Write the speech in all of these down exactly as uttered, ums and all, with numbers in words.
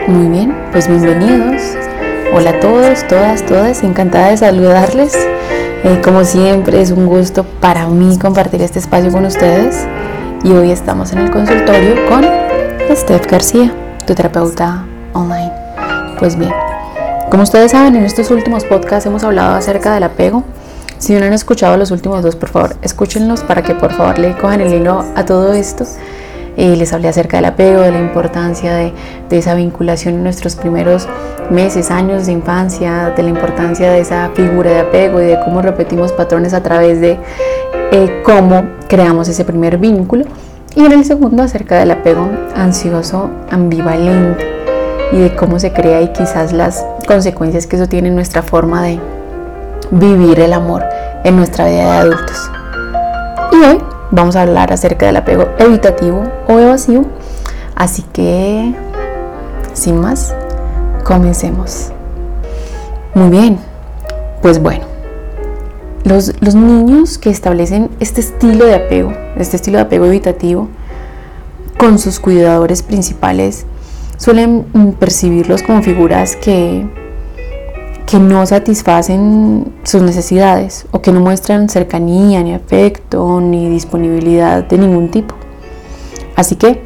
Muy bien, pues bienvenidos. Hola a todos, todas, todas, encantada de saludarles. Eh, como siempre es un gusto para mí compartir este espacio con ustedes. Y hoy estamos en el consultorio con Steph García, tu terapeuta online. Pues bien, como ustedes saben, en estos últimos podcasts hemos hablado acerca del apego. Si no han escuchado los últimos dos, por favor, escúchenlos para que por favor le cojan el hilo a todo esto. Eh, les hablé acerca del apego, de la importancia de, de esa vinculación en nuestros primeros meses, años de infancia, de la importancia de esa figura de apego y de cómo repetimos patrones a través de eh, cómo creamos ese primer vínculo. Y en el segundo acerca del apego ansioso ambivalente y de cómo se crea y quizás las consecuencias que eso tiene en nuestra forma de vivir el amor en nuestra vida de adultos. Y hoy vamos a hablar acerca del apego evitativo o evasivo, así que sin más, comencemos. Muy bien, pues bueno, los, los niños que establecen este estilo de apego, este estilo de apego evitativo con sus cuidadores principales, suelen percibirlos como figuras que que no satisfacen sus necesidades o que no muestran cercanía, ni afecto, ni disponibilidad de ningún tipo. Así que,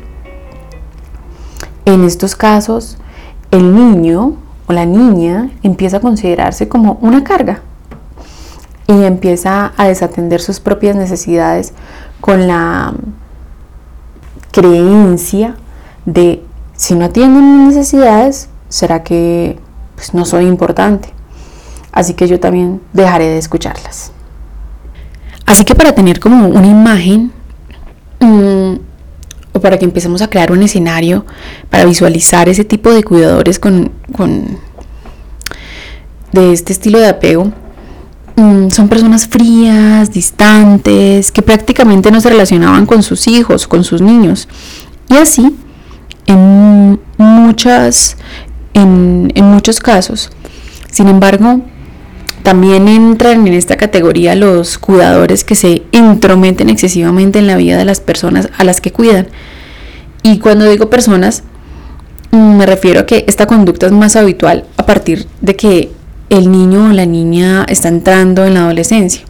en estos casos, el niño o la niña empieza a considerarse como una carga y empieza a desatender sus propias necesidades con la creencia de si no atienden mis necesidades, ¿será que pues no soy importante? Así que yo también dejaré de escucharlas. Así que para tener como una imagen mmm, o para que empecemos a crear un escenario para visualizar ese tipo de cuidadores con, con de este estilo de apego, mmm, son personas frías, distantes, que prácticamente no se relacionaban con sus hijos, con sus niños. Y así, en muchas En, en muchos casos. Sin embargo, también entran en esta categoría los cuidadores que se intrometen excesivamente en la vida de las personas a las que cuidan. Y cuando digo personas, me refiero a que esta conducta es más habitual a partir de que el niño o la niña está entrando en la adolescencia.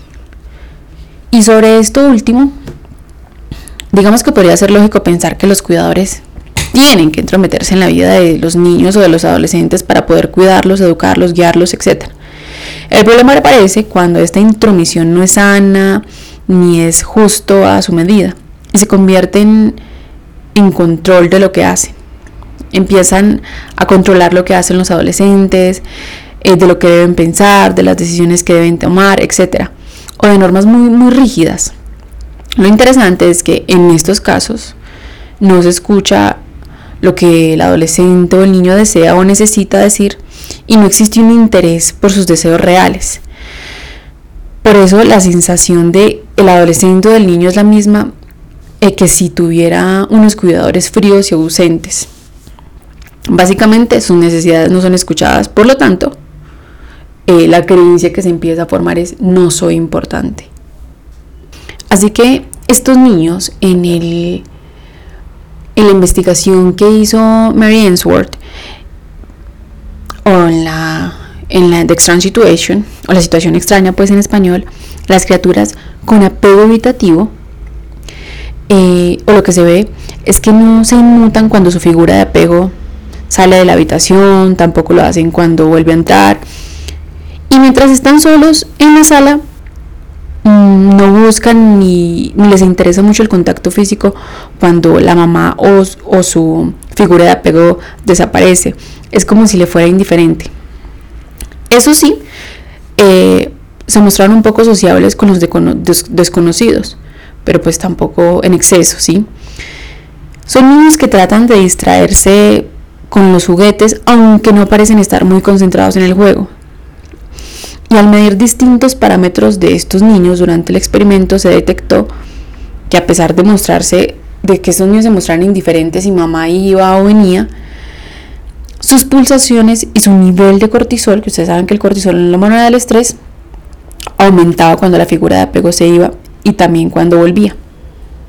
Y sobre esto último, digamos que podría ser lógico pensar que los cuidadores tienen que entrometerse en la vida de los niños o de los adolescentes para poder cuidarlos, educarlos, guiarlos, etcétera. El problema aparece cuando esta intromisión no es sana ni es justo a su medida y se convierten en control de lo que hacen. Empiezan a controlar lo que hacen los adolescentes, eh, de lo que deben pensar, de las decisiones que deben tomar, etcétera. O de normas muy, muy rígidas. Lo interesante es que en estos casos no se escucha lo que el adolescente o el niño desea o necesita decir y no existe un interés por sus deseos reales. Por eso la sensación de el adolescente o del niño es la misma eh, que si tuviera unos cuidadores fríos y ausentes. Básicamente sus necesidades no son escuchadas, por lo tanto eh, la creencia que se empieza a formar es no soy importante. Así que estos niños en el En la investigación que hizo Mary Ainsworth o en la, en la The Strange Situation o la situación extraña pues en español, las criaturas con apego evitativo eh, o lo que se ve es que no se inmutan cuando su figura de apego sale de la habitación, tampoco lo hacen cuando vuelve a entrar, y mientras están solos en la sala no buscan ni, ni les interesa mucho el contacto físico cuando la mamá o, o su figura de apego desaparece. Es como si le fuera indiferente. Eso sí, eh, se mostraron un poco sociables con los decono- des- desconocidos, pero pues tampoco en exceso, ¿sí? Son niños que tratan de distraerse con los juguetes, aunque no parecen estar muy concentrados en el juego. Y al medir distintos parámetros de estos niños durante el experimento se detectó que a pesar de mostrarse, de que estos niños se mostraran indiferentes y mamá iba o venía, sus pulsaciones y su nivel de cortisol, que ustedes saben que el cortisol es la hormona del estrés, aumentaba cuando la figura de apego se iba y también cuando volvía.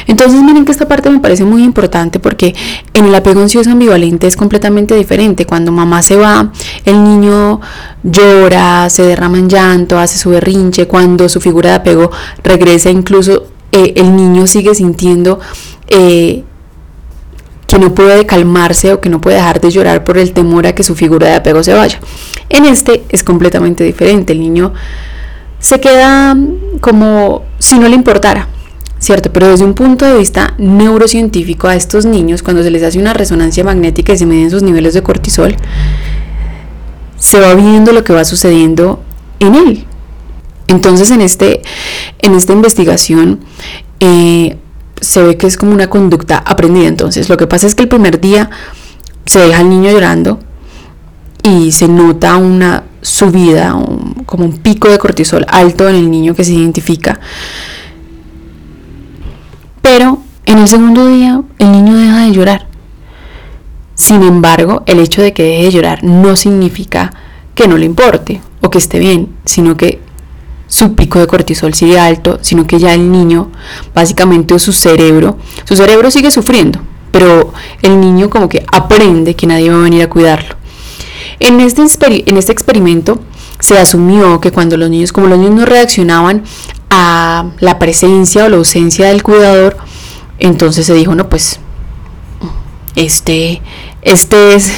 Entonces miren que esta parte me parece muy importante, porque en el apego ansioso ambivalente es completamente diferente. Cuando mamá se va, el niño llora, se derrama en llanto, hace su berrinche. Cuando su figura de apego regresa, incluso eh, el niño sigue sintiendo eh, que no puede calmarse o que no puede dejar de llorar por el temor a que su figura de apego se vaya. En este es completamente diferente. El niño se queda como si no le importara, ¿cierto? Pero desde un punto de vista neurocientífico, a estos niños, cuando se les hace una resonancia magnética y se miden sus niveles de cortisol, se va viendo lo que va sucediendo en él. Entonces, en, este, en esta investigación, eh, se ve que es como una conducta aprendida. Entonces, lo que pasa es que el primer día se deja al niño llorando y se nota una subida, un, como un pico de cortisol alto en el niño que se identifica. Pero en el segundo día el niño deja de llorar. Sin embargo, el hecho de que deje de llorar no significa que no le importe o que esté bien, sino que su pico de cortisol sigue alto, sino que ya el niño, básicamente su cerebro, su cerebro sigue sufriendo, pero el niño como que aprende que nadie va a venir a cuidarlo. En este, en este experimento se asumió que cuando los niños, como los niños no reaccionaban a la presencia o la ausencia del cuidador, entonces se dijo, no, pues, este, este es,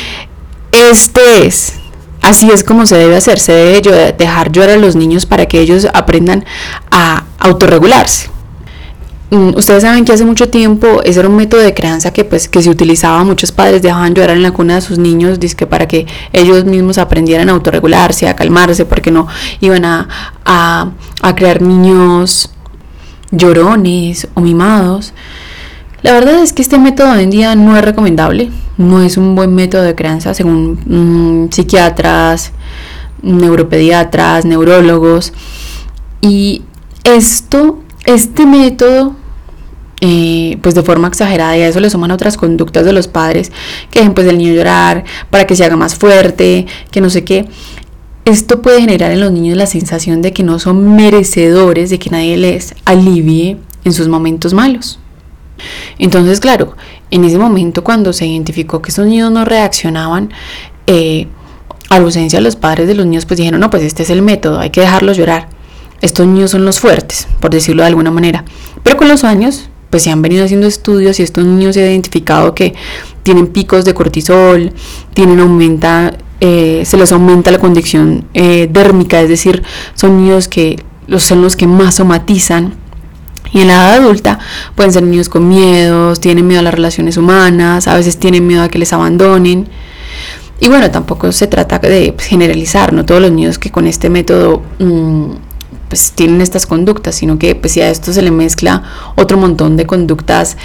este es, así es como se debe hacer, se debe dejar llorar a los niños para que ellos aprendan a autorregularse. Ustedes saben que hace mucho tiempo ese era un método de crianza que pues que se utilizaba. Muchos padres dejaban llorar en la cuna de sus niños, dizque para que ellos mismos aprendieran a autorregularse, a calmarse, porque no iban a, a, a crear niños llorones o mimados. La verdad es que este método hoy en día no es recomendable, no es un buen método de crianza según mmm, psiquiatras, neuropediatras, neurólogos. Y esto Este método, eh, pues de forma exagerada, y a eso le suman otras conductas de los padres, que dejen pues el niño llorar para que se haga más fuerte, que no sé qué. Esto puede generar en los niños la sensación de que no son merecedores, de que nadie les alivie en sus momentos malos. Entonces, claro, en ese momento cuando se identificó que estos niños no reaccionaban eh, a la ausencia de los padres de los niños, pues dijeron, no, pues este es el método, hay que dejarlos llorar. Estos niños son los fuertes, por decirlo de alguna manera. Pero con los años, pues se han venido haciendo estudios y estos niños se han identificado que tienen picos de cortisol, tienen aumenta, eh, se les aumenta la condición eh, dérmica, es decir, son niños que los, son los que más somatizan. Y en la edad adulta pueden ser niños con miedos, tienen miedo a las relaciones humanas, a veces tienen miedo a que les abandonen. Y bueno, tampoco se trata de generalizar, no todos los niños que con este método mmm, pues tienen estas conductas, sino que pues si a esto se le mezcla otro montón de conductas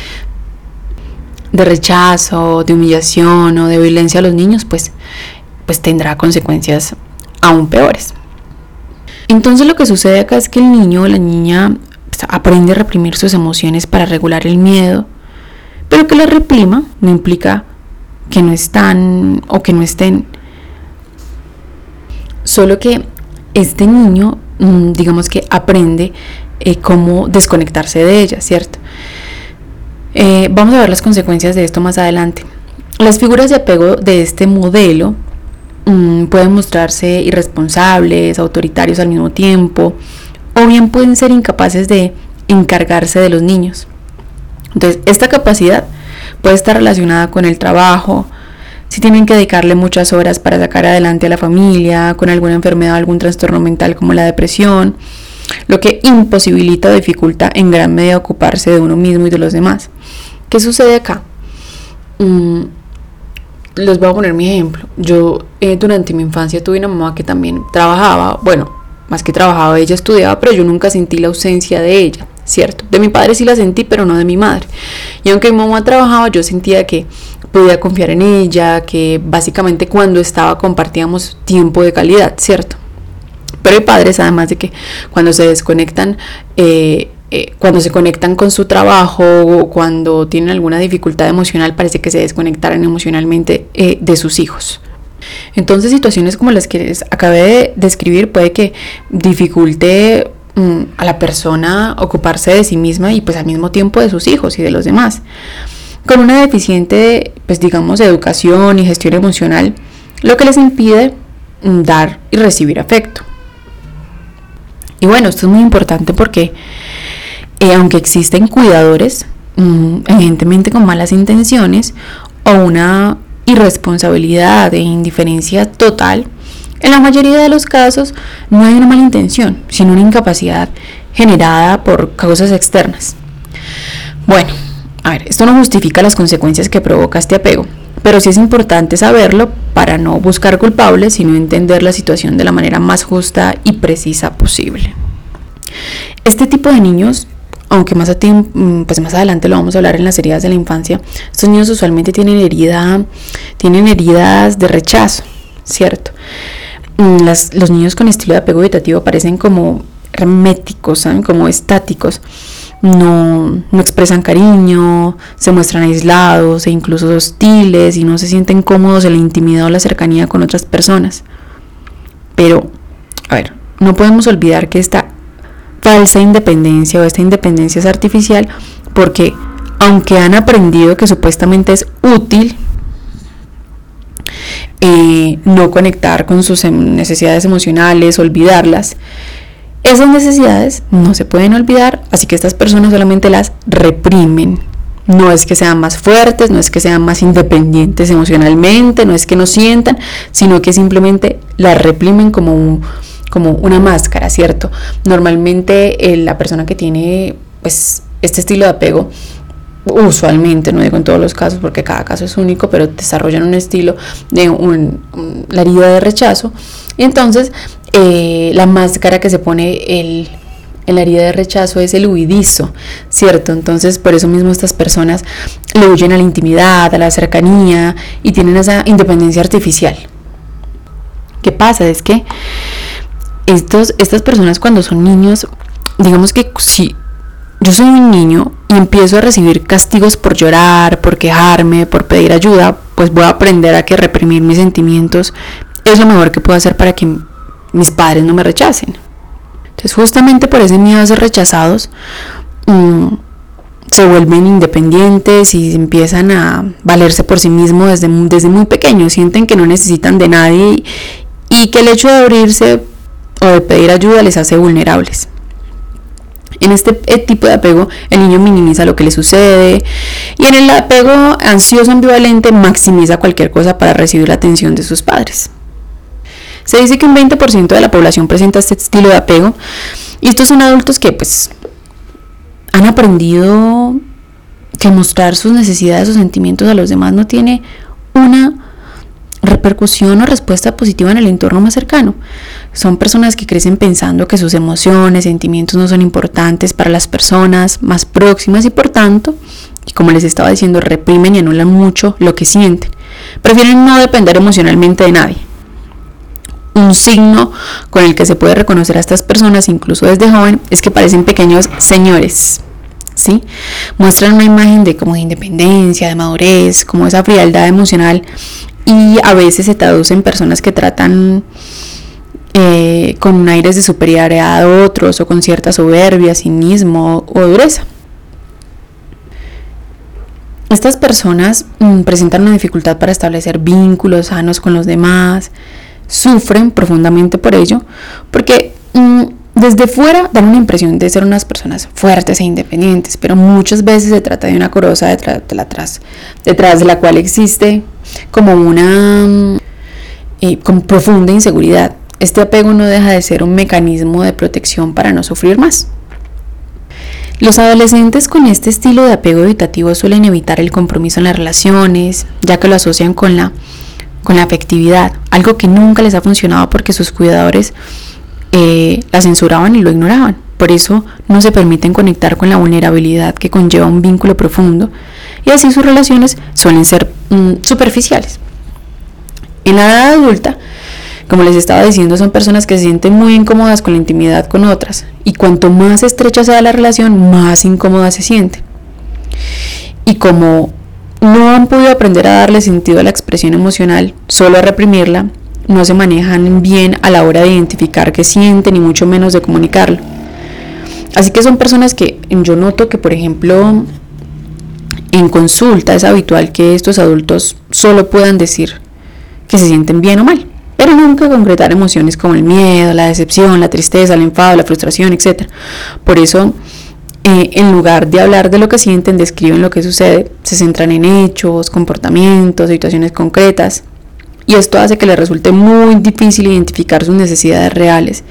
de rechazo, de humillación o de violencia a los niños, pues, pues tendrá consecuencias aún peores. Entonces lo que sucede acá es que el niño o la niña pues, aprende a reprimir sus emociones para regular el miedo, pero que la reprima no implica que no están o que no estén, solo que este niño digamos que aprende eh, cómo desconectarse de ella, ¿cierto? Eh, vamos a ver las consecuencias de esto más adelante. Las figuras de apego de este modelo mmm, pueden mostrarse irresponsables, autoritarios al mismo tiempo, o bien pueden ser incapaces de encargarse de los niños. Entonces, esta capacidad puede estar relacionada con el trabajo, si tienen que dedicarle muchas horas para sacar adelante a la familia, con alguna enfermedad, algún trastorno mental como la depresión, lo que imposibilita o dificulta en gran medida ocuparse de uno mismo y de los demás. ¿Qué sucede acá? Mm, les voy a poner mi ejemplo. Yo eh, durante mi infancia tuve una mamá que también trabajaba, bueno, más que trabajaba, ella estudiaba, pero yo nunca sentí la ausencia de ella, ¿cierto? De mi padre sí la sentí, pero no de mi madre. Y aunque mi mamá trabajaba, yo sentía que podía confiar en ella, que básicamente cuando estaba compartíamos tiempo de calidad, ¿cierto? Pero hay padres, además de que cuando se desconectan, eh, eh, cuando se conectan con su trabajo o cuando tienen alguna dificultad emocional, parece que se desconectaran emocionalmente eh, de sus hijos. Entonces, situaciones como las que les acabé de describir puede que dificulte mm, a la persona ocuparse de sí misma y pues al mismo tiempo de sus hijos y de los demás. Con una deficiente, pues digamos, educación y gestión emocional, lo que les impide mm, dar y recibir afecto. Y bueno, esto es muy importante porque eh, aunque existen cuidadores, mmm, evidentemente con malas intenciones o una irresponsabilidad e indiferencia total, en la mayoría de los casos no hay una mala intención, sino una incapacidad generada por causas externas. Bueno, a ver, esto no justifica las consecuencias que provoca este apego, pero sí es importante saberlo para no buscar culpables, sino entender la situación de la manera más justa y precisa posible. Este tipo de niños, aunque más, a tiempo, pues más adelante lo vamos a hablar en las heridas de la infancia, estos niños usualmente tienen, herida, tienen heridas de rechazo, ¿cierto? Las, los niños con estilo de apego evitativo parecen como herméticos, ¿saben? Como estáticos. No, no expresan cariño, se muestran aislados e incluso hostiles y no se sienten cómodos en la intimidad o la cercanía con otras personas. Pero, a ver, no podemos olvidar que esta falsa independencia o esta independencia es artificial porque aunque han aprendido que supuestamente es útil eh, no conectar con sus necesidades emocionales, olvidarlas, esas necesidades no se pueden olvidar, así que estas personas solamente las reprimen. No es que sean más fuertes, no es que sean más independientes emocionalmente, no es que no sientan, sino que simplemente las reprimen como un, como una máscara, ¿cierto? Normalmente eh, la persona que tiene pues este estilo de apego, usualmente, no digo en todos los casos porque cada caso es único, pero desarrollan un estilo de un, un, la herida de rechazo, y entonces eh, la máscara que se pone el, en la herida de rechazo es el huidizo, ¿cierto? Entonces por eso mismo estas personas le huyen a la intimidad, a la cercanía y tienen esa independencia artificial. ¿Qué pasa? Es que estos, estas personas cuando son niños, digamos que si yo soy un niño y empiezo a recibir castigos por llorar, por quejarme, por pedir ayuda, pues voy a aprender a que reprimir mis sentimientos es lo mejor que puedo hacer para que mis padres no me rechacen. Entonces justamente por ese miedo a ser rechazados, mmm, se vuelven independientes y empiezan a valerse por sí mismos desde, desde muy pequeños, sienten que no necesitan de nadie y, y que el hecho de abrirse o de pedir ayuda les hace vulnerables. En este tipo de apego, el niño minimiza lo que le sucede y en el apego ansioso ambivalente maximiza cualquier cosa para recibir la atención de sus padres. Se dice que un veinte por ciento de la población presenta este estilo de apego y estos son adultos que pues han aprendido que mostrar sus necesidades o sentimientos a los demás no tiene una repercusión o respuesta positiva en el entorno más cercano. Son personas que crecen pensando que sus emociones, sentimientos no son importantes para las personas más próximas y por tanto, y como les estaba diciendo, reprimen y anulan mucho lo que sienten. Prefieren no depender emocionalmente de nadie. Un signo con el que se puede reconocer a estas personas, incluso desde joven, es que parecen pequeños señores, ¿sí? Muestran una imagen de como de independencia, de madurez, como esa frialdad emocional y a veces se traduce en personas que tratan eh, con aires de superioridad a otros o con cierta soberbia, cinismo o dureza. Estas personas mmm, presentan una dificultad para establecer vínculos sanos con los demás, sufren profundamente por ello, porque mmm, desde fuera dan una impresión de ser unas personas fuertes e independientes, pero muchas veces se trata de una coraza detrás de la, detrás, detrás de la cual existe como una eh, con profunda inseguridad. Este apego no deja de ser un mecanismo de protección para no sufrir más. Los adolescentes con este estilo de apego evitativo suelen evitar el compromiso en las relaciones, ya que lo asocian con la, con la afectividad, algo que nunca les ha funcionado porque sus cuidadores eh, la censuraban y lo ignoraban. Por eso no se permiten conectar con la vulnerabilidad que conlleva un vínculo profundo y así sus relaciones suelen ser mm, superficiales. En la edad adulta, como les estaba diciendo, son personas que se sienten muy incómodas con la intimidad con otras y cuanto más estrecha sea la relación, más incómodas se sienten. Y como no han podido aprender a darle sentido a la expresión emocional, solo a reprimirla, no se manejan bien a la hora de identificar qué sienten y mucho menos de comunicarlo. Así que son personas que yo noto que, por ejemplo, en consulta es habitual que estos adultos solo puedan decir que se sienten bien o mal, pero nunca concretar emociones como el miedo, la decepción, la tristeza, el enfado, la frustración, etcétera. Por eso, eh, en lugar de hablar de lo que sienten, describen lo que sucede, se centran en hechos, comportamientos, situaciones concretas, y esto hace que les resulte muy difícil identificar sus necesidades reales,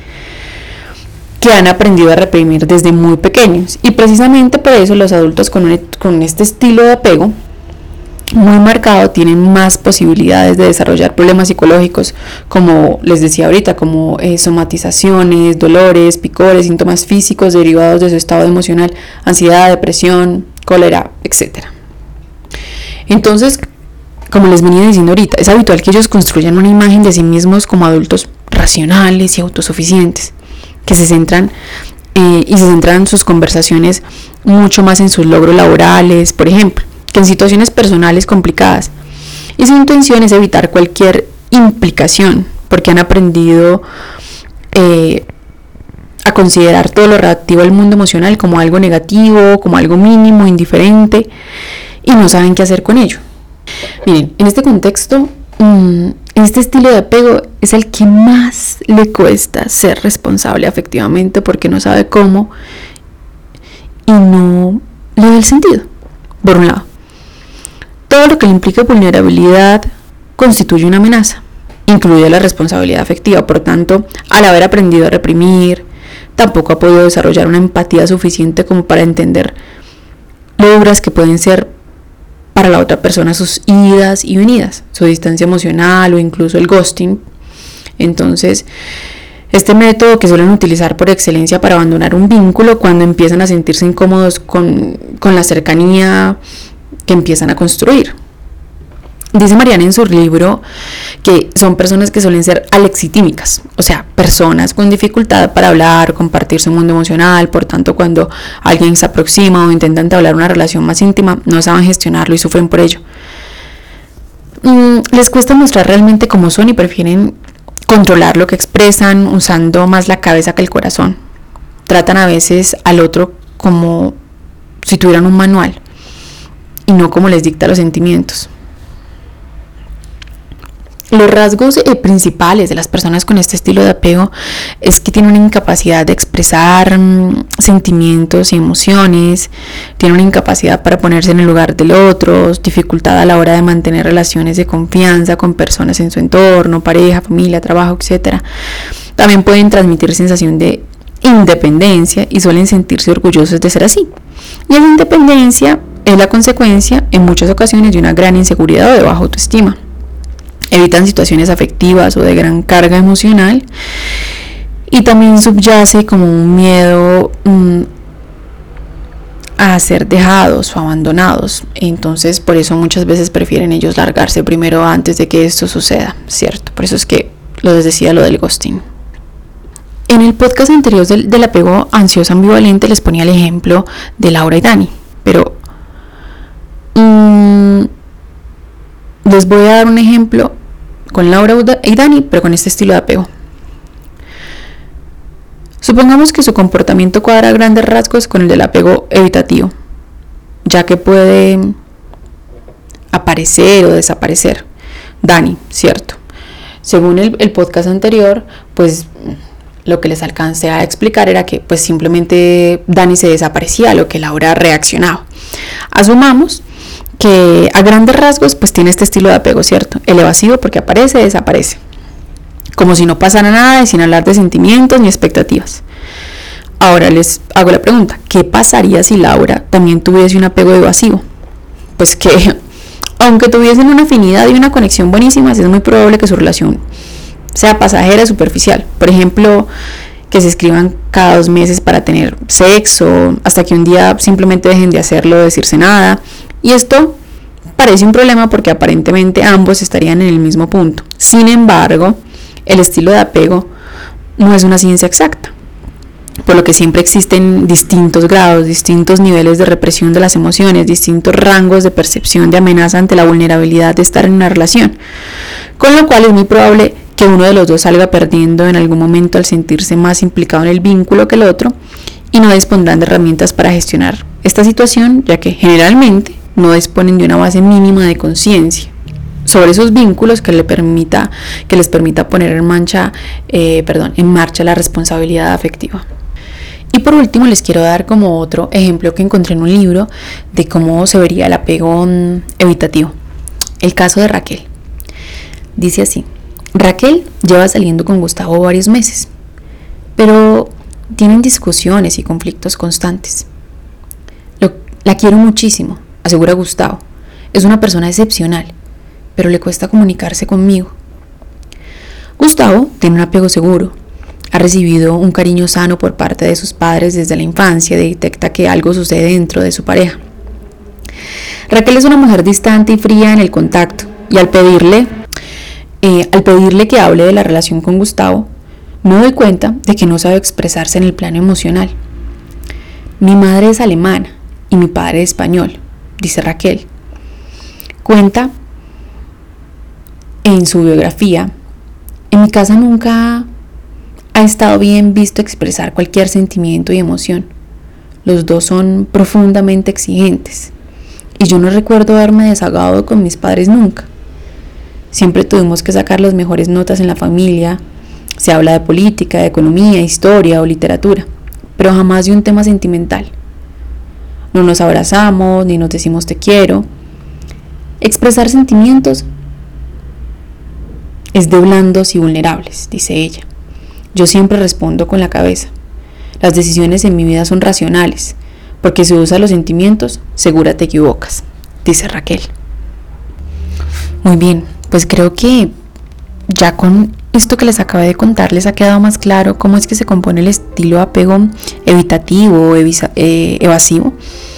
que han aprendido a reprimir desde muy pequeños. Y precisamente por eso los adultos con, un, con este estilo de apego muy marcado tienen más posibilidades de desarrollar problemas psicológicos, como les decía ahorita, como eh, somatizaciones, dolores, picores, síntomas físicos derivados de su estado emocional, ansiedad, depresión, cólera, etcétera. Entonces, como les venía diciendo ahorita, es habitual que ellos construyan una imagen de sí mismos como adultos racionales y autosuficientes, que se centran eh, y se centran sus conversaciones mucho más en sus logros laborales, por ejemplo, que en situaciones personales complicadas. Y su intención es evitar cualquier implicación, porque han aprendido eh, a considerar todo lo relativo al mundo emocional como algo negativo, como algo mínimo, indiferente, y no saben qué hacer con ello. Miren, en este contexto, mmm, este estilo de apego es el que más le cuesta ser responsable afectivamente, porque no sabe cómo y no le da el sentido. Por un lado, todo lo que le implica vulnerabilidad constituye una amenaza, incluida la responsabilidad afectiva. Por tanto, al haber aprendido a reprimir, tampoco ha podido desarrollar una empatía suficiente como para entender lo duras que pueden ser para la otra persona sus idas y venidas, su distancia emocional o incluso el ghosting. Entonces, este método que suelen utilizar por excelencia para abandonar un vínculo cuando empiezan a sentirse incómodos con, con la cercanía que empiezan a construir. Dice Mariana en su libro que son personas que suelen ser alexitímicas, o sea, personas con dificultad para hablar, compartir su mundo emocional. Por tanto, cuando alguien se aproxima o intenta entablar una relación más íntima, no saben gestionarlo y sufren por ello. Mm, les cuesta mostrar realmente cómo son y prefieren controlar lo que expresan usando más la cabeza que el corazón. Tratan a veces al otro como si tuvieran un manual y no como les dicta los sentimientos. Los rasgos eh, principales de las personas con este estilo de apego es que tienen una incapacidad de expresar mmm, sentimientos y emociones, tienen una incapacidad para ponerse en el lugar del otro, dificultad a la hora de mantener relaciones de confianza con personas en su entorno, pareja, familia, trabajo, etcétera. También pueden transmitir sensación de independencia y suelen sentirse orgullosos de ser así. Y esa independencia es la consecuencia en muchas ocasiones de una gran inseguridad o de baja autoestima. Evitan situaciones afectivas o de gran carga emocional, y también subyace como un miedo mmm, a ser dejados o abandonados. Entonces, por eso muchas veces prefieren ellos largarse primero antes de que esto suceda, ¿cierto? Por eso es que les decía lo del ghosting. En el podcast anterior del, del apego ansioso ambivalente les ponía el ejemplo de Laura y Dani, pero mmm, les voy a dar un ejemplo con Laura y Dani, pero con este estilo de apego. Supongamos que su comportamiento cuadra a grandes rasgos con el del apego evitativo, ya que puede aparecer o desaparecer. Dani, cierto. Según el, el podcast anterior, pues lo que les alcancé a explicar era que pues simplemente Dani se desaparecía a lo que Laura reaccionaba. Asumamos que a grandes rasgos pues tiene este estilo de apego, ¿cierto? El evasivo, porque aparece, desaparece, como si no pasara nada y sin hablar de sentimientos ni expectativas. Ahora les hago la pregunta, ¿qué pasaría si Laura también tuviese un apego evasivo? Pues que, aunque tuviesen una afinidad y una conexión buenísimas, es muy probable que su relación sea pasajera, superficial. Por ejemplo, que se escriban cada dos meses para tener sexo, hasta que un día simplemente dejen de hacerlo, de decirse nada. Y esto parece un problema porque aparentemente ambos estarían en el mismo punto. Sin embargo, el estilo de apego no es una ciencia exacta, por lo que siempre existen distintos grados, distintos niveles de represión de las emociones, distintos rangos de percepción de amenaza ante la vulnerabilidad de estar en una relación, con lo cual es muy probable que uno de los dos salga perdiendo en algún momento al sentirse más implicado en el vínculo que el otro, y no dispondrán de herramientas para gestionar esta situación, ya que generalmente no disponen de una base mínima de conciencia sobre esos vínculos que, le permita, que les permita poner en, mancha, eh, perdón, en marcha la responsabilidad afectiva. Y por último les quiero dar como otro ejemplo que encontré en un libro de cómo se vería el apego evitativo. El caso de Raquel. Dice así: Raquel lleva saliendo con Gustavo varios meses, pero tienen discusiones y conflictos constantes. Lo, la quiero muchísimo, asegura Gustavo. Es una persona excepcional, pero le cuesta comunicarse conmigo. Gustavo tiene un apego seguro. Ha recibido un cariño sano por parte de sus padres desde la infancia y detecta que algo sucede dentro de su pareja. Raquel es una mujer distante y fría en el contacto, y al pedirle, eh, al pedirle que hable de la relación con Gustavo, me doy cuenta de que no sabe expresarse en el plano emocional. Mi madre es alemana y mi padre es español, dice Raquel. Cuenta en su biografía: en mi casa nunca ha estado bien visto expresar cualquier sentimiento y emoción. Los dos son profundamente exigentes y yo no recuerdo haberme desahogado con mis padres nunca. Siempre tuvimos que sacar las mejores notas en la familia. Se habla de política, de economía, historia o literatura, pero jamás de un tema sentimental. No nos abrazamos ni nos decimos te quiero. Expresar sentimientos es de blandos y vulnerables, dice ella. Yo siempre respondo con la cabeza. Las decisiones en mi vida son racionales, porque si usas los sentimientos, segura te equivocas, dice Raquel. Muy bien, pues creo que ya con esto que les acabé de contar les ha quedado más claro cómo es que se compone el estilo de apego evitativo o evisa, eh, evasivo.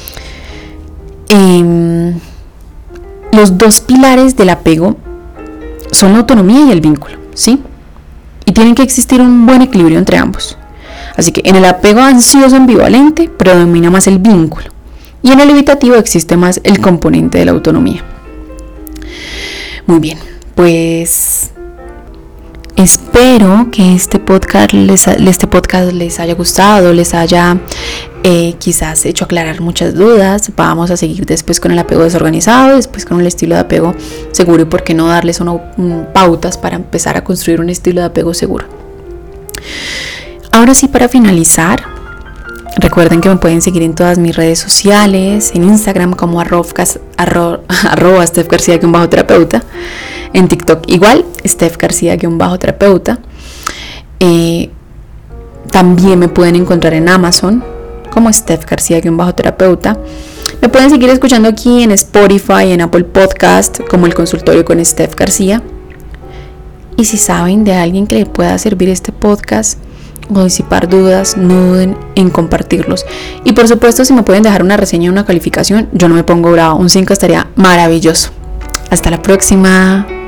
Eh, los dos pilares del apego son la autonomía y el vínculo, ¿sí? Y tienen que existir un buen equilibrio entre ambos. Así que en el apego ansioso ambivalente predomina más el vínculo, y en el evitativo existe más el componente de la autonomía. Muy bien, pues espero que este podcast les, este podcast les haya gustado, les haya eh, quizás hecho aclarar muchas dudas. Vamos a seguir después con el apego desorganizado, después con el estilo de apego seguro, y por qué no darles una, un, pautas para empezar a construir un estilo de apego seguro. Ahora sí, para finalizar, recuerden que me pueden seguir en todas mis redes sociales, en Instagram como arrobcas, arro, arroba Steph García-terapeuta, en TikTok igual, Steph García-terapeuta. Eh, también me pueden encontrar en Amazon como Steph García-terapeuta. Me pueden seguir escuchando aquí en Spotify, en Apple Podcast, como El Consultorio con Steph García. Y si saben de alguien que le pueda servir este podcast o disipar dudas, no duden en compartirlos. Y por supuesto, si me pueden dejar una reseña o una calificación, yo no me pongo bravo. Un cinco estaría maravilloso. Hasta la próxima.